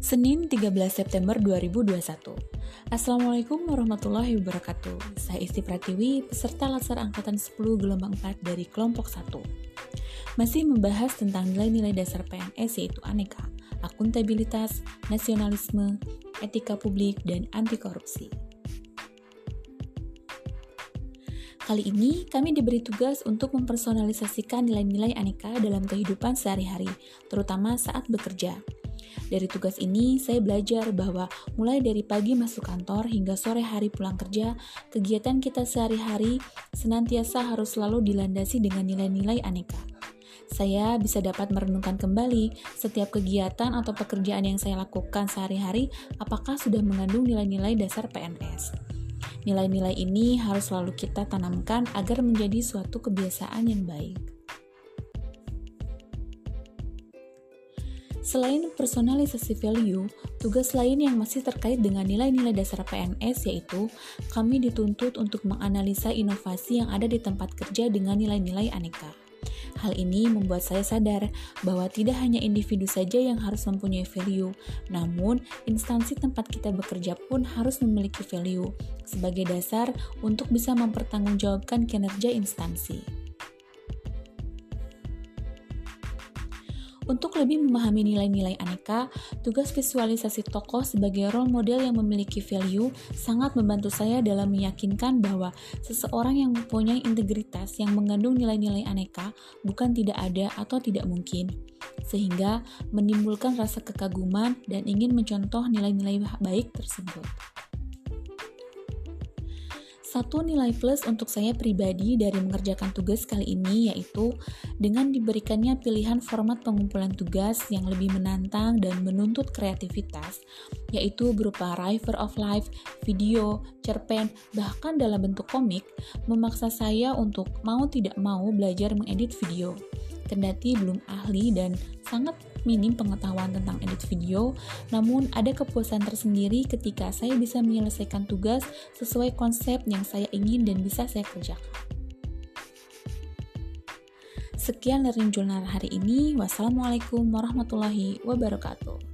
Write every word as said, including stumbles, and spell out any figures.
Senin tiga belas September dua ribu dua puluh satu. Assalamualaikum warahmatullahi wabarakatuh. Saya Isti Pratiwi, peserta Latsar Angkatan sepuluh Gelombang empat dari kelompok satu. Masih membahas tentang nilai-nilai dasar P N S yaitu aneka, akuntabilitas, nasionalisme, etika publik, dan anti korupsi. Kali ini kami diberi tugas untuk mempersonalisasikan nilai-nilai aneka dalam kehidupan sehari-hari, terutama saat bekerja. Dari tugas ini, saya belajar bahwa mulai dari pagi masuk kantor hingga sore hari pulang kerja, kegiatan kita sehari-hari senantiasa harus selalu dilandasi dengan nilai-nilai aneka. Saya bisa dapat merenungkan kembali setiap kegiatan atau pekerjaan yang saya lakukan sehari-hari apakah sudah mengandung nilai-nilai dasar P N S. Nilai-nilai ini harus selalu kita tanamkan agar menjadi suatu kebiasaan yang baik. Selain personalisasi value, tugas lain yang masih terkait dengan nilai-nilai dasar P N S yaitu kami dituntut untuk menganalisa inovasi yang ada di tempat kerja dengan nilai-nilai aneka. Hal ini membuat saya sadar bahwa tidak hanya individu saja yang harus mempunyai value, namun instansi tempat kita bekerja pun harus memiliki value sebagai dasar untuk bisa mempertanggungjawabkan kinerja instansi. Untuk lebih memahami nilai-nilai aneka, tugas visualisasi tokoh sebagai role model yang memiliki value sangat membantu saya dalam meyakinkan bahwa seseorang yang mempunyai integritas yang mengandung nilai-nilai aneka bukan tidak ada atau tidak mungkin, sehingga menimbulkan rasa kekaguman dan ingin mencontoh nilai-nilai baik tersebut. Satu nilai plus untuk saya pribadi dari mengerjakan tugas kali ini yaitu dengan diberikannya pilihan format pengumpulan tugas yang lebih menantang dan menuntut kreativitas, yaitu berupa River of Life, video, cerpen, bahkan dalam bentuk komik, memaksa saya untuk mau tidak mau belajar mengedit video. Kendati belum ahli dan sangat minim pengetahuan tentang edit video, namun ada kepuasan tersendiri ketika saya bisa menyelesaikan tugas sesuai konsep yang saya ingin dan bisa saya kerjakan. Sekian Learning Journal hari ini. Wassalamualaikum warahmatullahi wabarakatuh.